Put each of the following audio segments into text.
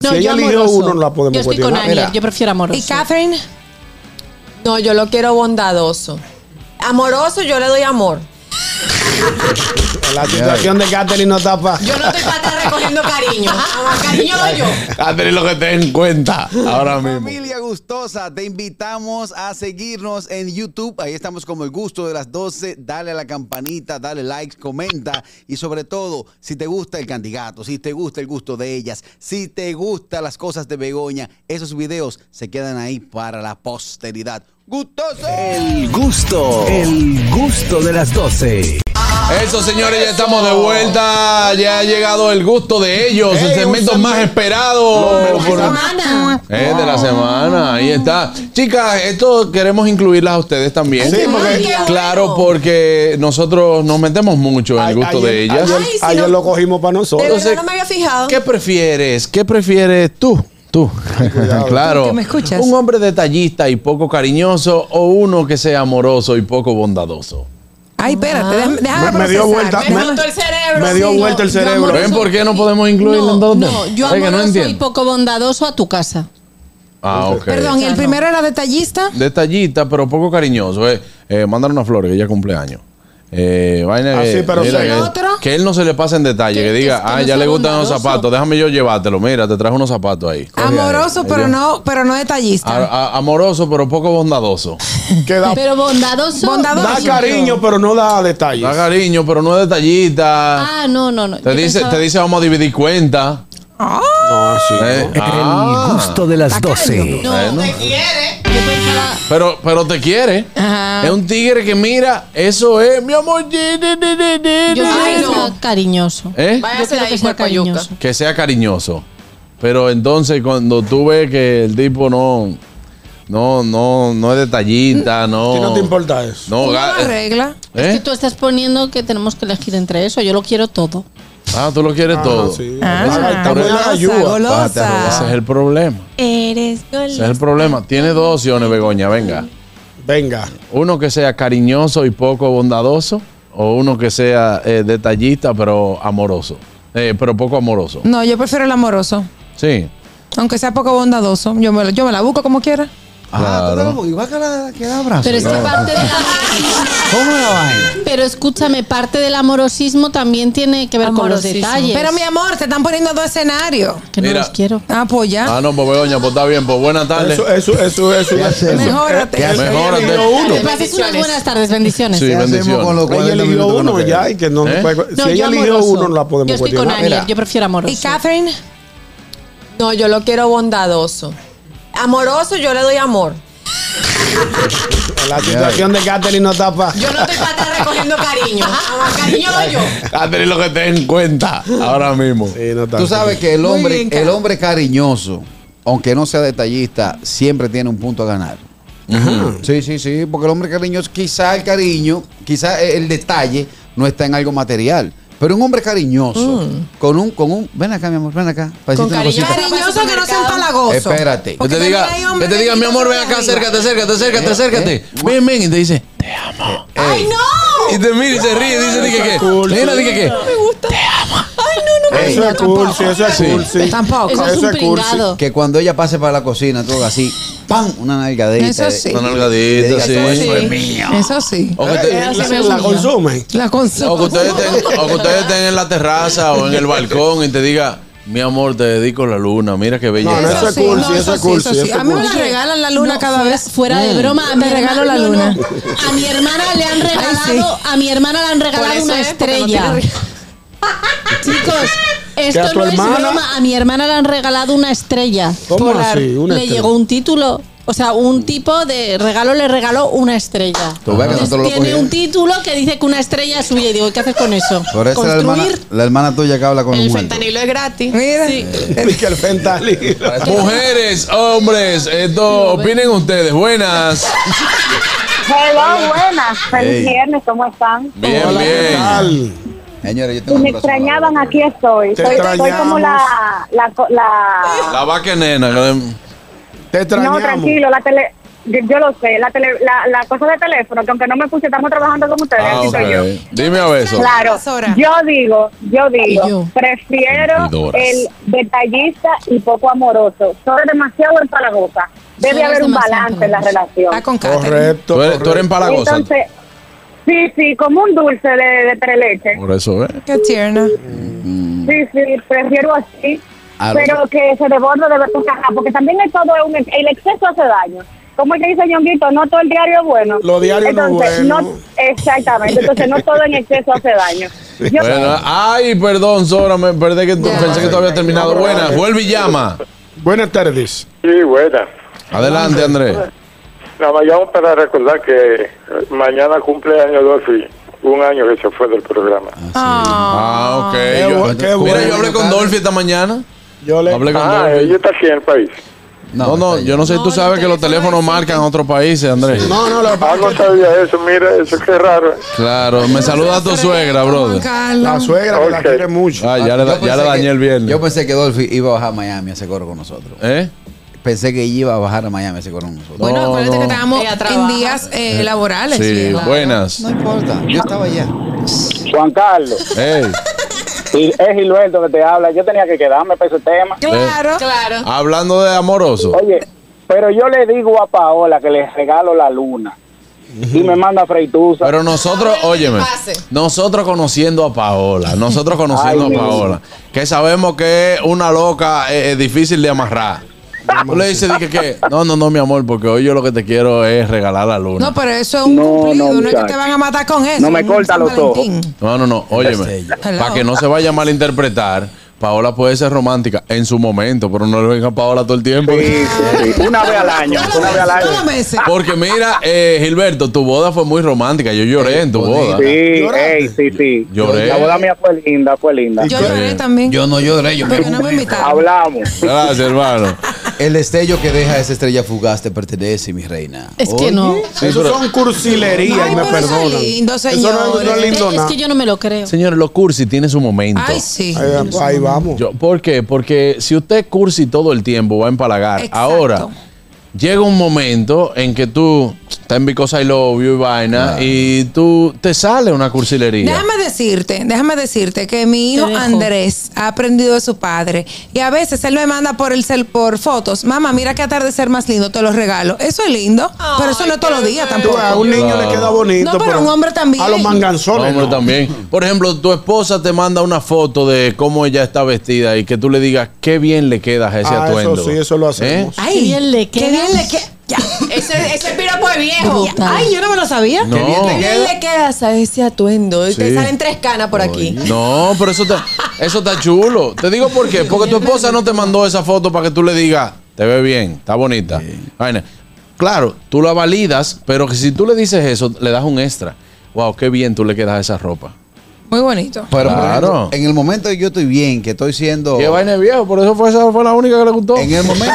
No, si ella eligió uno, no la podemos Yo estoy con cuestionar. Aniel, yo prefiero amoroso. ¿Y Catherine? No, yo lo quiero bondadoso. Amoroso, yo le doy amor. La situación de Catherine no está para. Yo no estoy para estar recogiendo cariño. Cariño doy yo. Catherine, lo que ten en cuenta ahora mismo. Familia gustosa, te invitamos a seguirnos en YouTube. Ahí estamos como El Gusto de las 12. Dale a la campanita, dale like, comenta. Y sobre todo, si te gusta el candidato, si te gusta el gusto de ellas, si te gustan las cosas de Begoña, esos videos se quedan ahí para la posteridad. ¡Gustoso! El gusto de las 12. Eso, señores, ya estamos de vuelta. Ya ha llegado el gusto de ellos, el segmento más esperado de la semana. Ahí está. Chicas, esto queremos incluirlas a ustedes también. Sí, porque claro, porque nosotros nos metemos mucho en el gusto de ellas. Ayer lo cogimos para De nosotros. verdad no me había fijado. ¿Qué prefieres? ¿Qué prefieres tú? Claro. Tú que me escuchas. ¿Un hombre detallista y poco cariñoso o uno que sea amoroso y poco bondadoso? Ay, espérate, déjame Me dio procesar. vuelta. Me explotó el cerebro. Me dio sí. vuelta el cerebro. ¿Ven por qué no podemos incluirlo en dos? No, yo Es que amoroso y entiendo. poco bondadoso a tu casa. Ah, ok. Perdón, ¿y el primero era detallista? Detallista, pero poco cariñoso. Mándale una flor que ella cumpleaños. Vaina Ah, que, sí, pero mira, sí. que, ¿Otro? que él no se le pase en detalle, que Que diga, no ya sea le gustan los bondadoso. zapatos, déjame yo llevártelo. Mira, te trajo unos zapatos ahí. Coge Amoroso, ahí. pero no detallista. Amoroso, pero poco bondadoso. Que da, Pero bondadoso. Bondadoso. da cariño, pero no da detalles. Da cariño, pero no es detallista. Ah, no. Te dice, vamos a dividir cuenta. No, sí. El gusto de las 12. No, Bueno. yo pensaba. Pero te quiere. Ajá. Es un tigre que mira, eso es, mi amor. Yo quiero Ay, que no. sea cariñoso. ¿Eh? Yo Váyase de quiero ahí, que sea cuerpayuca. cariñoso. Que sea cariñoso. Pero entonces cuando tú ves que el tipo no es detallista, no. Si no te importa eso. No, Uno lo arregla. Es que tú estás poniendo que tenemos que elegir entre eso. Yo lo quiero todo. tú lo quieres todo. Sí. Ah, Está muy golosa, ayuda. Ese es golosa. el problema. Eres Ese es el problema. Tiene dos opciones, Begoña, venga. Venga. Uno que sea cariñoso y poco bondadoso, o uno que sea detallista pero amoroso. Pero poco amoroso. No, yo prefiero el amoroso. Sí. Aunque sea poco bondadoso. Yo me la busco como quiera. Claro. Igual que la abrazo. Pero es que parte del ¿Cómo la vaina? Pero escúchame, parte del amorosismo también tiene que ver con los Amorosismo. detalles. Pero mi amor, te están poniendo dos escenarios. que no Mira. los quiero. Ah, pues ya. No, pues Begoña, pues está bien, pues buenas tardes. Eso. Mejórate. Mejórate. Ella eligió uno. Que pases unas buenas tardes, bendiciones. Sí, bendiciones. Ella eligió uno ya y que no ¿Eh? puede. No, Si ella yo eligió amoroso. uno, no la podemos Yo estoy con cuestionar. Aniel, yo prefiero amoroso. ¿Y Catherine? No, yo lo quiero bondadoso. Amoroso, yo le doy amor. La situación de Catherine no está para. Yo no estoy para estar recogiendo cariño. Cariño doy yo. Catherine, lo que ten en cuenta ahora mismo. Sí, no está. Tú sabes que el Muy bien, hombre cariñoso, aunque no sea detallista, siempre tiene un punto a ganar. Sí, porque el hombre cariñoso, quizá el cariño, quizá el detalle no está en algo material. Pero un hombre cariñoso, con un, ven acá, mi amor, ven acá. para Con decirte una cariño. cosita. Cariñoso que no sea empalagoso. Espérate. Que Porque te diga, también hay hombres mi que amor, ven quitan acá, de arriba. acércate. Ven, y te dice, te amo. ¡Ay, no! Y te mira y se ríe, dice, dije que, mira, dije que, Eso es cursi, eso es cursi. Tampoco. Eso es Eso un es cursi. pringado. Que cuando ella pase para la cocina, todo así, ¡pam! Una nalgadita. Eso sí. una nalgadita, Diga, sí. todo eso es mío. Eso sí. O que te- La consumen. La O que consumo. ustedes estén en la terraza o en el balcón y te diga, mi amor, te dedico la luna, mira qué bella No, no, está. eso es cursi, eso es cursi. eso sí. eso es A mí me cursi. la regalan la luna No, cada fuera- vez. Fuera de broma, a mi Te regalo hermana- la no, luna. no. A mi hermana le han regalado, sí. a mi hermana le han Por regalado eso una es, porque no estrella. tiene- Chicos, ¿Que a esto tu no es hermana? broma. A mi hermana le han regalado una estrella. ¿Cómo así? Una Le estrella. llegó un título. O sea, un tipo de regalo le regaló una estrella. Tú ves que nosotros lo Tiene cogimos. un título que dice que una estrella es suya. Y digo, ¿qué haces con eso? Por eso Construir. la hermana tuya que habla con El un muerto. fentanilo es gratis. Mira. Y que el fentanilo. Mujeres, hombres, esto, opinen ustedes, buenas. Hello, buenas. Feliz Hey. viernes, ¿cómo están? Bien, Hola, ¿qué bien. tal? Señores, yo Si tengo me un corazón extrañaban, ahora. aquí estoy. Te Soy extrañamos. como la La vaca nena. Te No, extrañamos. tranquilo, yo lo sé, la cosa de teléfono, que aunque no me puse, estamos trabajando con ustedes, así ok. soy yo. Dime a beso. Claro, Sora. yo digo, yo. prefiero Cumplidoras. el detallista y poco amoroso. Soy demasiado empalagosa. Debe Sora es haber un demasiado balance en la empalagosa. relación. Está con Catherine. Correcto. Tú eres empalagosa. Entonces, sí, como un dulce de tres leches. Por eso, ¿eh? Qué tierna. Sí, prefiero así. Ah, Pero que se desborde de verdad, porque también es todo el exceso hace daño. Como el que dice Ñonguito, no todo el diario es bueno. Lo diario no es Entonces, bueno. exactamente, entonces no todo en exceso hace daño. Yo, Bueno, ay, perdón, Sora, me perdí que pensé que tú habías terminado. Buenas, vuelve y llama. Buenas tardes. Sí, buena. Adelante, Andrés. Nada más llamo para recordar que mañana cumple año Dolphy, un año que se fue del programa. Ah, ok. Qué Mira, bueno, yo hablé con Dolphy esta mañana. Yo le... Hablé con Ah, Dolphy. ella está aquí en el país. No, yo no sé, tú sabes que los teléfonos marcan a otros países, Andrés. No, lo que Ah, pasa no es que sabía eso, mira, eso qué raro. Claro, me saluda a tu suegra, brother. la suegra que la Ok. quiere mucho. Ah, ya le dañé el viernes. Yo pensé que Dolphy iba a bajar a Miami a ese coro con nosotros. ¿Eh? Pensé que ella iba a bajar a Miami a ese coro con nosotros. Bueno, No, acuérdate no. que estábamos Ella en trabaja. días laborales. Sí, viejo. buenas. No importa, yo estaba allá. Juan Carlos, Ey, es Gilberto que te habla. Yo tenía que quedarme para ese tema. Claro. Claro. hablando de amoroso. Oye, pero yo le digo a Paola que le regalo la luna y me manda freitusa. Pero nosotros, óyeme, pase. nosotros conociendo a Paola, Ay, mi que sabemos que es una loca difícil de amarrar. Tú le dices di que no, mi amor, porque hoy yo lo que te quiero es regalar la luna. No, pero eso es un No, cumplido. no, No, es que muchacho. te van a matar con eso. No me un corta San los ojos. Valentín. No, óyeme, Hello. para que no se vaya a malinterpretar, Paola puede ser romántica en su momento, pero no le venga a Paola todo el tiempo. Sí, sí, una vez al año, una vez al Todos los año. meses. Porque mira, Gilberto, tu boda fue muy romántica. Yo lloré en tu boda. Sí, ¿Lloraste? sí. Lloré. La boda mía fue linda, fue linda. Yo lloré también. Yo no lloré, yo Porque no me invitaron. Hablamos. Gracias, hermano. El destello que deja esa estrella fugaz te pertenece, mi reina. Es que Oye, no. Eso son cursilerías Ay, y me pero eso es perdonan. lindo, Eso no es señores. lindo Es nada. que yo no me lo creo. Señores, los cursi tienen su momento. Ay, sí. Ahí vamos. ¿Por qué? Porque si usted cursi todo el tiempo va a empalagar. Exacto. Ahora, llega un momento en que tú estás en Because I Love You y vaina y tú te sale una cursilería. Déjame decirte que mi hijo Te dejo. Andrés ha aprendido de su padre y a veces él me manda por por fotos. Mamá, mira qué atardecer más lindo, te lo regalo. Eso es lindo, pero eso no es todos los días Tú, tampoco. a un niño le queda bonito. No, pero a un hombre también. A los manganzones. Hombre, no. también. Por ejemplo, tu esposa te manda una foto de cómo ella está vestida y que tú le digas qué bien le queda a ese Ah, atuendo. eso sí, eso lo hacemos. Ay, Qué bien le queda. Qué bien le queda. Ya. Ese piropo es viejo. Brutal. Ay, yo no me lo sabía. No. ¿Qué bien le quedas a ese atuendo? Y te salen 3 canas por aquí. No, pero eso está chulo. Te digo por qué. Porque tu esposa no te mandó esa foto para que tú le digas, te ve bien, está bonita. Vaina. Claro, tú la validas, pero que si tú le dices eso, le das un extra. Wow, qué bien tú le quedas a esa ropa. Muy bonito. Pero por Claro. ejemplo, en el momento que yo estoy bien, que estoy siendo... Qué vaina de viejo, por eso esa fue la única que le gustó. En el momento,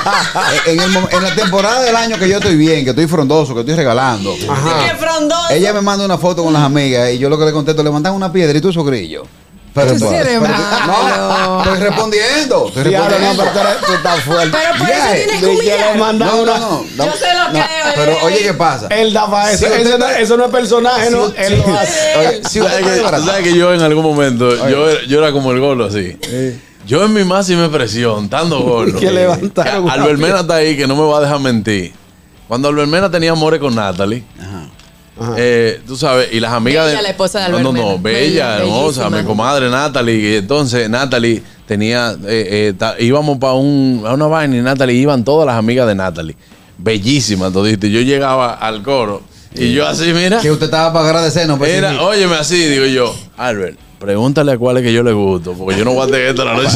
en la temporada del año que yo estoy bien, que estoy frondoso, que estoy regalando. ¡Qué frondoso! Ella me manda una foto con las amigas y yo lo que le contesto, le mandan una piedra y tú eso grillo. Pero, Tú sí eres malo. no, estoy respondiendo. Estoy Diablo, no, respondiendo. pero tú estás fuerte. Pero por Ya, eso tienes que de que humillar. le mandan No, una... no. Yo se lo creo, Pero oye, ¿qué pasa? Él daba eso. Si usted Eso no es personaje, ¿no? Él lo hace. Oye, si usted está desbaratado. ¿Sabes que yo en algún momento, yo era como el golo así? Yo en mi máxima expresión, estando golo. Que levantaron una Albert Mena está ahí, que no me va a dejar mentir. Cuando Albert Mena tenía amores con Natalie, tú sabes, y las amigas Bella, la esposa de Albert No, Mena. bella, hermosa, Bellísima. mi comadre Natalie. Y entonces Natalie tenía, íbamos para una vaina y Natalie, iban todas las amigas de Natalie. Bellísimas toditas. Y yo llegaba al coro y yo así, mira. Que usted estaba para agradecernos. pues, Era, sí. óyeme así, digo yo, Albert, pregúntale a cuál es que yo le gusto, porque yo no voy a tener esto la noche.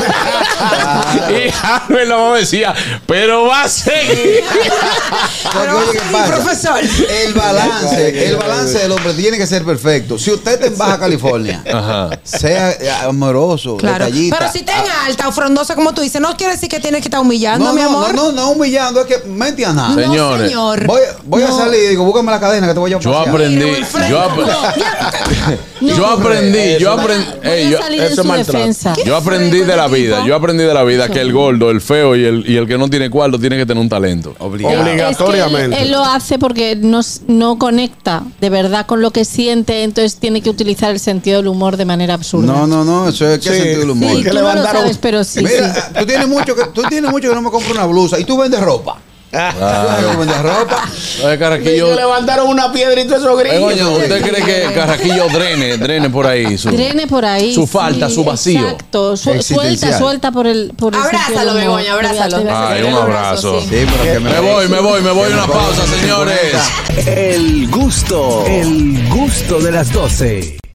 Y Albert la mamá decía, pero va a seguir. Porque, oye, ¿qué pasa? Profesor. El balance del hombre tiene que ser perfecto. Si usted está en Baja California, Ajá. sea amoroso, Claro. detallista. Pero si te en alta o frondosa, como tú dices, no quiere decir que tienes que estar humillando, no, mi amor. no humillando, es que me entiendes nada. Señores. No, señor. Voy a salir y digo, búscame la cadena que te voy a Yo pasear. aprendí, yo aprendí, Voy a salir en eso su maltrato. defensa. yo aprendí de la vida, que el gordo, el feo y el que no tiene cuarto tiene que tener un talento. Obligatoriamente. Es que él lo hace porque no conecta de verdad con lo que siente, entonces tiene que utilizar el sentido del humor de manera absurda. No, eso es que sentido del humor. Sí, tú no lo sabes, pero sí. Mira, tú tienes mucho que no me compro una blusa y tú vendes ropa. ¿Tú vendes ropa? Carraquillo. Levantaron una piedra y todo eso grillo. ¿Usted cree que Carraquillo drene por ahí? Drene por ahí. Su falta, su vacío. Exacto. Suelta por el. Abrázalo, Begoña, abrázalo. Ay, un abrazo. Sí, pero que me voy. Una pausa, señores. El gusto de las 12.